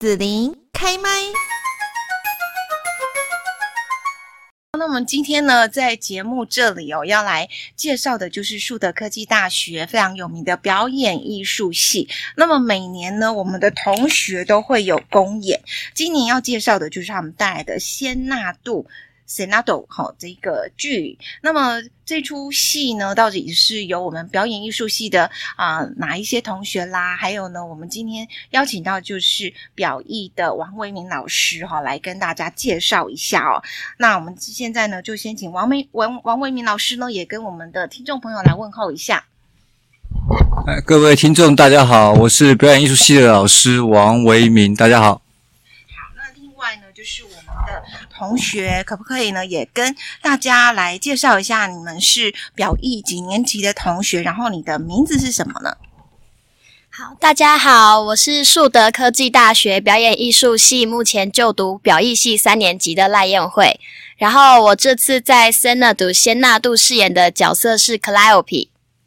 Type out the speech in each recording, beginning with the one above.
子琳开麦。那我们今天呢，在节目这里要来介绍的就是树德科技大学非常有名的表演艺术系。那么每年呢，我们的同学都会有公演。今年要介绍的就是他们带来的仙纳度Senado 这个剧。那么这出戏呢，到底是由我们表演艺术系的哪一些同学啦，还有呢，我们今天邀请到就是表艺的王维民老师来跟大家介绍一下哦。那我们现在呢，就先请王维民老师呢，也跟我们的听众朋友来问候一下。 各位听众大家好，我是表演艺术系的老师王维民，大家好。 另外呢，就是我们的同学可不可以呢，也跟大家来介绍一下，你们是表艺几年级的同学，然后你的名字是什么呢？ 好，大家好，我是树德科技大学表演艺术系目前就读表艺系3年级的赖燕慧，然后我这次在仙纳度饰演的角色是 Calliope。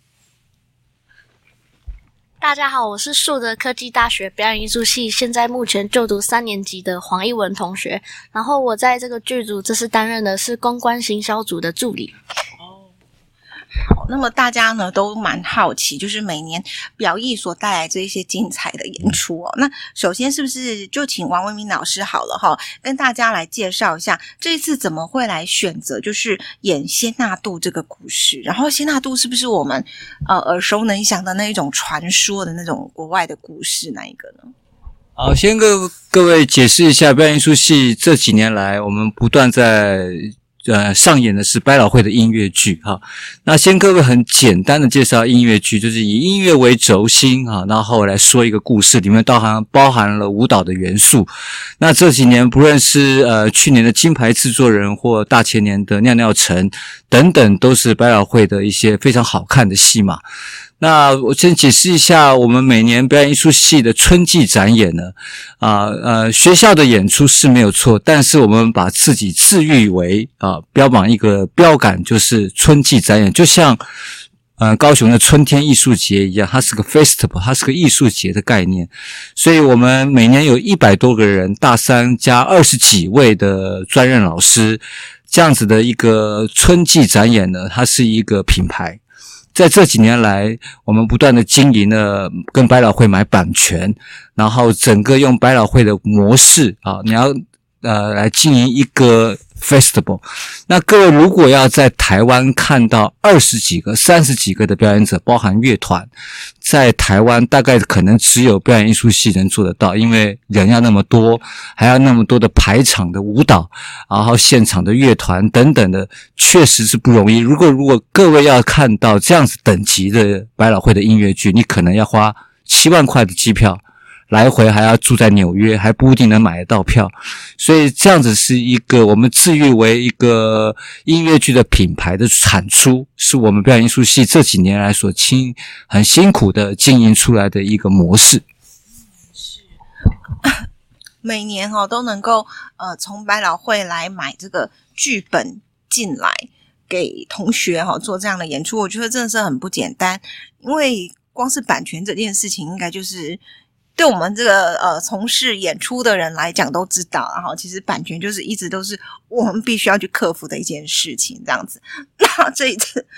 大家好，我是树德科技大学表演艺术系现在目前就读3年级的黄一文同学，然后我在这个剧组这次担任的是公关行销组的助理。 好，那么大家呢都蛮好奇，就是每年表艺所带来这一些精彩的演出哦。那首先是不是就请王维民老师好了跟大家来介绍一下这一次怎么会来选择就是演仙纳度这个故事？然后仙纳度是不是我们耳熟能详的那一种传说的那种国外的故事那一个呢？ 好，先跟各位解释一下，表演艺术系这几年来我们不断在上演的是百老汇的音乐剧哈。那先各位很简单的介绍音乐剧，就是以音乐为轴心哈，然后来说一个故事，里面包含了舞蹈的元素。那这几年不论是去年的金牌制作人或大前年的尿尿城等等，都是百老汇的一些非常好看的戏码。那我先解释一下，我们每年表演艺术系的春季展演呢，学校的演出是没有错，但是我们把自己自喻为标榜一个标杆，就是春季展演，就像高雄的春天艺术节一样，它是个 festival， 它是个艺术节的概念。所以我们每年有100多个人，大3加20几位的专任老师，这样子的一个春季展演呢，它是一个品牌。在这几年来，我们不断的经营了，跟百老汇买版权，然后整个用百老汇的模式你要来经营一个 festival。那各位如果要在台湾看到20几个、30几个的表演者，包含乐团，在台湾大概可能只有表演艺术系能做得到，因为人要那么多，还要那么多的排场的舞蹈，然后现场的乐团等等的，确实是不容易。如果各位要看到这样子等级的百老汇的音乐剧，你可能要花7万块的机票，来回还要住在纽约，还不一定能买得到票。所以这样子是一个我们自喻为一个音乐剧的品牌的产出，是我们表演艺术系这几年来所很辛苦的经营出来的一个模式。 是每年都能够从百老汇来买这个剧本进来给同学做这样的演出，我觉得真的是很不简单。因为光是版权这件事情，应该就是对我们这个从事演出的人来讲都知道，然后其实版权就是一直都是我们必须要去克服的一件事情，这样子。那这一次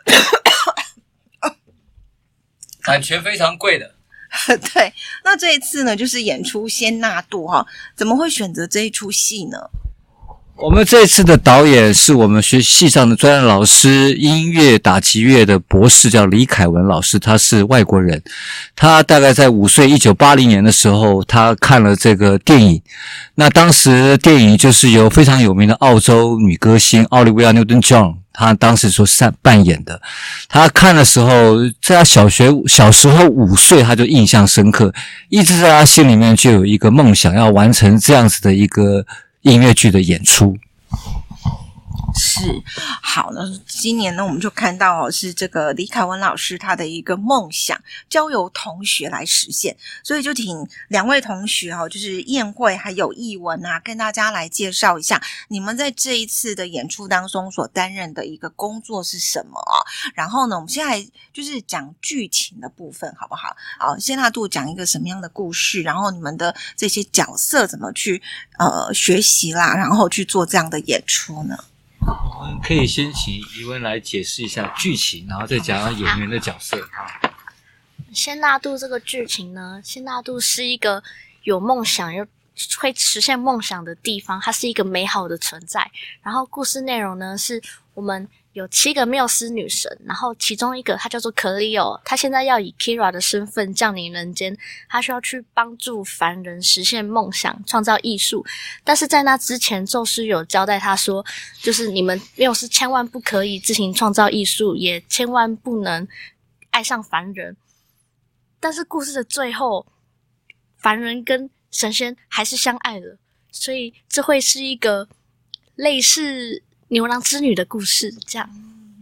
版权非常贵的。 对，那这一次呢，就是演出仙纳度怎么会选择这一出戏呢？ 我们这一次的导演是我们学系上的专任老师，音乐打击乐的博士，叫李凯文老师，他是外国人。他大概在5岁1980年的时候，他看了这个电影。那当时电影就是由非常有名的澳洲女歌星奥利维亚·纽顿·john他当时所扮演的。他看的时候，在他小时候5岁，他就印象深刻，一直在他心里面就有一个梦想，要完成这样子的一个音乐剧的演出。 是，好，那今年呢，我们就看到是这个李凯文老师他的一个梦想，交由同学来实现，所以就请两位同学就是燕慧还有艺文啊，跟大家来介绍一下你们在这一次的演出当中所担任的一个工作是什么啊？然后呢，我们现在就是讲剧情的部分，好不好？好，谢纳度讲一个什么样的故事，然后你们的这些角色怎么去学习啦，然后去做这样的演出呢？ 我们可以先请怡文来解释一下剧情，然后再讲讲演员的角色啊。 仙纳度这个剧情呢，仙纳度是一个有梦想又会实现梦想的地方，它是一个美好的存在。然后故事内容呢，是我们有7个缪斯女神，然后其中一个她叫做可里欧，她现在要以 Kira 的身份降临人间，她需要去帮助凡人实现梦想，创造艺术。但是在那之前，宙斯有交代她说，就是你们缪斯千万不可以自行创造艺术，也千万不能爱上凡人。但是故事的最后，凡人跟神仙还是相爱了，所以这会是一个类似牛郎织女的故事，这样。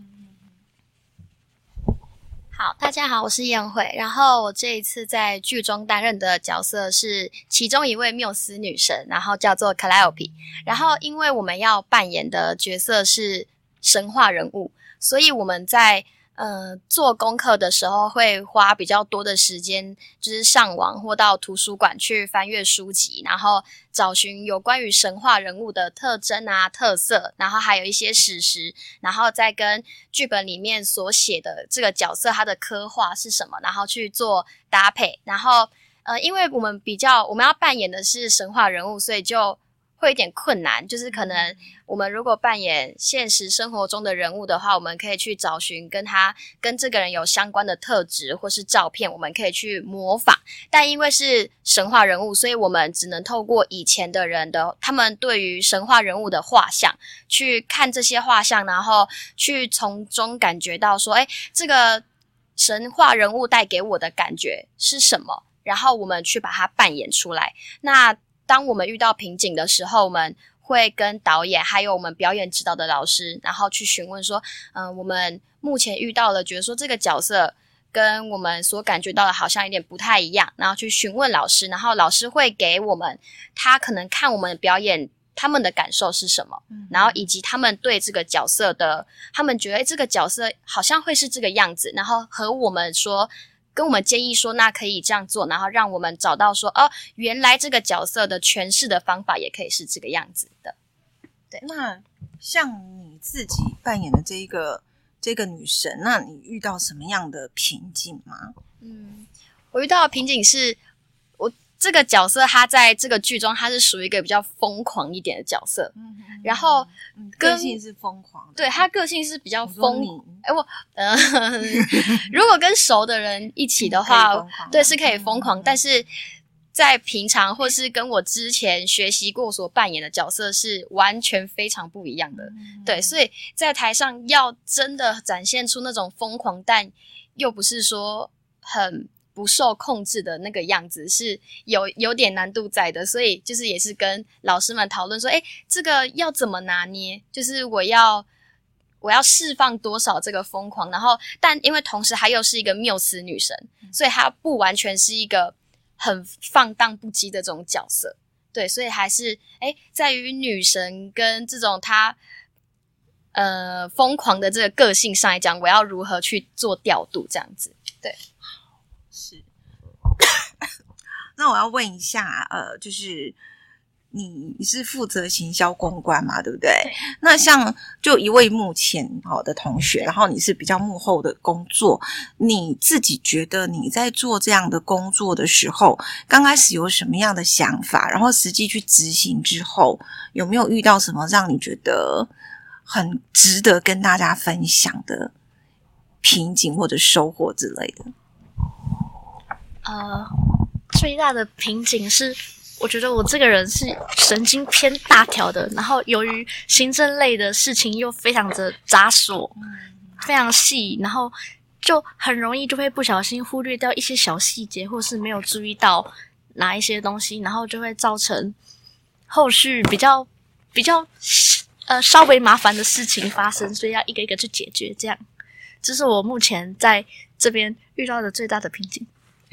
好，大家好，我是燕慧。然后我这一次在剧中担任的角色是其中一位缪斯女神，然后叫做 Calliope。然后因为我们要扮演的角色是神话人物，所以我们在做功课的时候会花比较多的时间，就是上网或到图书馆去翻阅书籍，然后找寻有关于神话人物的特征啊、特色，然后还有一些史实，然后再跟剧本里面所写的这个角色他的刻画是什么，然后去做搭配。然后因为我们要扮演的是神话人物，所以就会有点困难，就是可能我们如果扮演现实生活中的人物的话，我们可以去找寻跟这个人有相关的特质或是照片，我们可以去模仿。但因为是神话人物，所以我们只能透过以前的人的他们对于神话人物的画像去看这些画像，然后去从中感觉到说，这个神话人物带给我的感觉是什么，然后我们去把它扮演出来。那当我们遇到瓶颈的时候，我们会跟导演还有我们表演指导的老师，然后去询问说，我们目前遇到了觉得说这个角色跟我们所感觉到的好像有点不太一样，然后去询问老师，然后老师会给我们他可能看我们的表演他们的感受是什么，然后以及他们对这个角色的，他们觉得这个角色好像会是这个样子，然后和我们说跟我们建议说那可以这样做，然后让我们找到说原来这个角色的诠释的方法也可以是这个样子的。对， 那像你自己扮演的这个女神，那你遇到什么样的瓶颈吗？ 我遇到的瓶颈是我这个角色他在这个剧中他是属于一个比较疯狂一点的角色，然后个性是疯狂的， 对，他个性是比较如果跟熟的人一起的话，对，是可以疯狂，但是在平常或是跟我之前学习过所扮演的角色是完全非常不一样的，对，所以在台上要真的展现出那种疯狂但又不是说很不受控制的那个样子，是有点难度在的，所以就是也是跟老师们讨论说，这个要怎么拿捏，就是我要释放多少这个疯狂，然后但因为同时她又是一个缪斯女神，所以她不完全是一个很放荡不羁的这种角色，对，所以还是在于女神跟这种她疯狂的这个个性上来讲，我要如何去做调度这样子，对。 是，那我要问一下，就是你是负责行销公关嘛，对不对？那像就一位目前好的同学，然后你是比较幕后的工作，你自己觉得你在做这样的工作的时候，刚开始有什么样的想法，然后实际去执行之后，有没有遇到什么让你觉得很值得跟大家分享的瓶颈或者收获之类的？ 最大的瓶颈是我觉得我这个人是神经偏大条的，然后由于行政类的事情又非常的杂琐，非常细，然后就很容易就会不小心忽略掉一些小细节，或是没有注意到哪一些东西，然后就会造成后续比较稍微麻烦的事情发生，所以要一个一个去解决，这样。这是我目前在这边遇到的最大的瓶颈。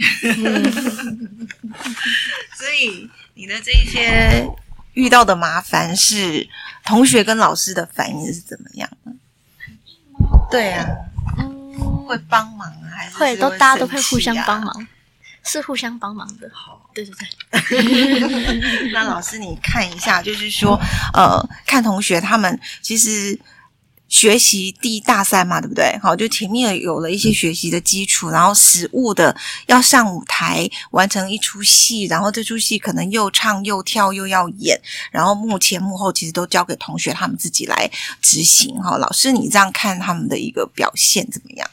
所以你的这一些遇到的麻烦是同学跟老师的反应是怎么样的？对啊，会帮忙啊，还是会生气大家都会互相帮忙，是互相帮忙的。对对对。 那老师你看一下，就是说看同学他们其实学习第大三嘛，对不对？好，就前面有了一些学习的基础，然后实务的要上舞台完成一出戏，然后这出戏可能又唱又跳又要演，然后幕前幕后其实都交给同学他们自己来执行。好，老师你这样看他们的一个表现怎么样？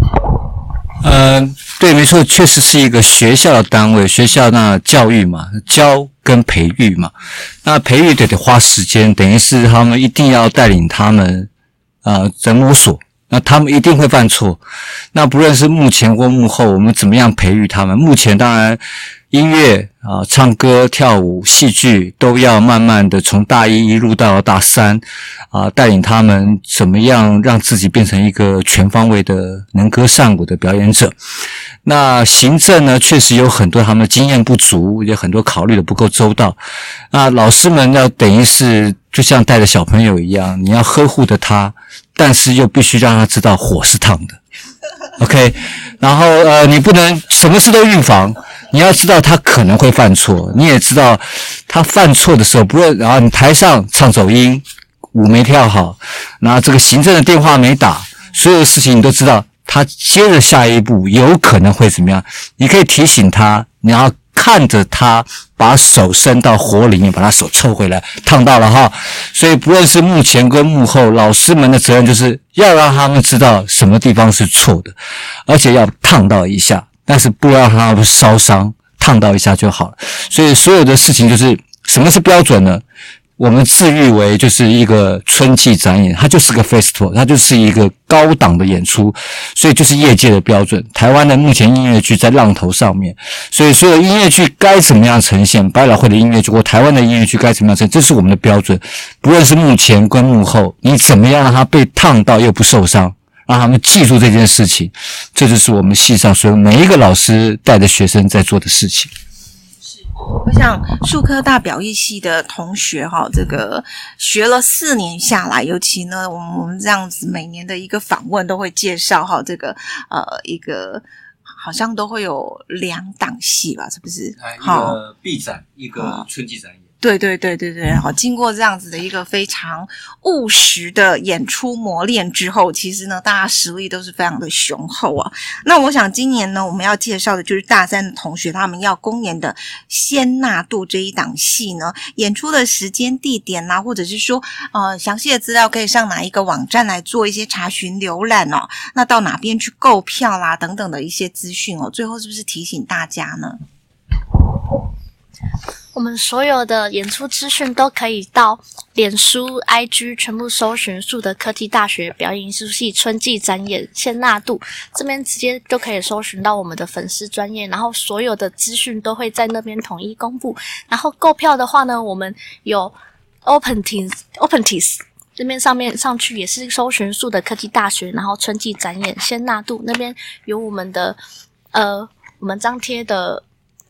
对，没错，确实是一个学校的单位，学校那教育嘛，教跟培育嘛，那培育得花时间，等于是他们一定要带领他们在摸索，那他们一定会犯错。那不论是幕前或幕后，我们怎么样培育他们？幕前当然音乐唱歌、跳舞、戏剧都要慢慢的从大一一路到大三带领他们怎么样让自己变成一个全方位的能歌善舞的表演者。那行政呢，确实有很多他们的经验不足，也很多考虑的不够周到。那老师们要等于是就像带着小朋友一样，你要呵护着他，但是又必须让他知道火是烫的。OK， 然后你不能什么事都预防，你要知道他可能会犯错，你也知道他犯错的时候，不论然后你台上唱走音，舞没跳好，然后这个行政的电话没打，所有的事情你都知道，他接着下一步有可能会怎么样，你可以提醒他，你要看着他把手伸到火里面，把他手抽回来，烫到了哈。所以不论是幕前跟幕后，老师们的责任就是要让他们知道什么地方是错的，而且要烫到一下，但是不要让他们烧伤，烫到一下就好了。所以所有的事情就是什么是标准呢？我们自喻为就是一个春季展演，它就是个 festival， 它就是一个高档的演出，所以就是业界的标准。台湾的目前音乐剧在浪头上面，所以所有音乐剧该怎么样呈现，百老汇的音乐剧或台湾的音乐剧该怎么样呈现，这是我们的标准。不论是幕前跟幕后，你怎么样让它被烫到又不受伤，让他们记住这件事情，这就是我们系上所有每一个老师带着学生在做的事情。 我想数科大表艺系的同学这个学了4年下来，尤其呢我们这样子每年的一个访问都会介绍这个一个好像都会有2档戏吧，是不是？ 一个毕展，一个春季展演。 对，好，经过这样子的一个非常务实的演出磨练之后，其实呢，大家实力都是非常的雄厚啊。那我想今年呢，我们要介绍的就是大三的同学他们要公演的《仙纳度》这一档戏呢，演出的时间、地点或者是说详细的资料可以上哪一个网站来做一些查询浏览哦。那到哪边去购票啦等等的一些资讯哦。最后是不是提醒大家呢？ 我们所有的演出资讯都可以到脸书、IG 全部搜寻树德科技大学表演艺术系春季展演仙纳度，这边直接就可以搜寻到我们的粉丝专页，然后所有的资讯都会在那边统一公布。然后购票的话呢，我们有 OpenTix 这边上去也是搜寻树德科技大学，然后春季展演仙纳度那边有我们的我们张贴的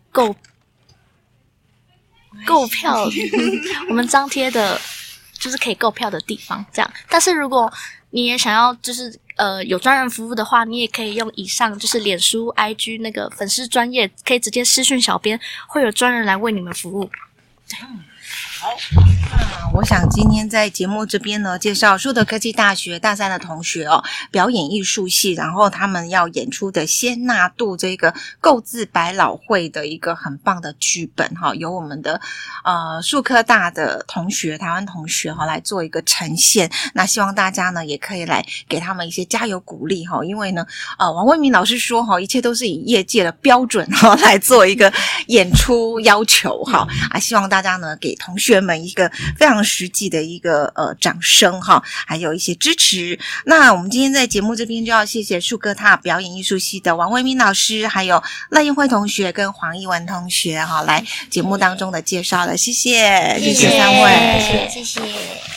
购票我们张贴的就是可以购票的地方这样。但是如果你也想要就是有专人服务的话，你也可以用以上就是脸书 IG 那个粉丝专页，可以直接私讯小编，会有专人来为你们服务。 好，那我想今天在节目这边呢，介绍树德科技大学大三的同学表演艺术系，然后他们要演出的仙纳度这个购自百老汇的一个很棒的剧本由我们的树科大的同学、台湾同学来做一个呈现。那希望大家呢也可以来给他们一些加油鼓励因为呢王卫民老师说一切都是以业界的标准来做一个演出要求希望大家呢给同学们一个非常实际的一个掌声还有一些支持。那我们今天在节目这边就要谢谢树科大表演艺术系的王卫民老师，还有赖燕慧同学跟黄艺文同学来节目当中的介绍了，谢谢3位。 谢谢。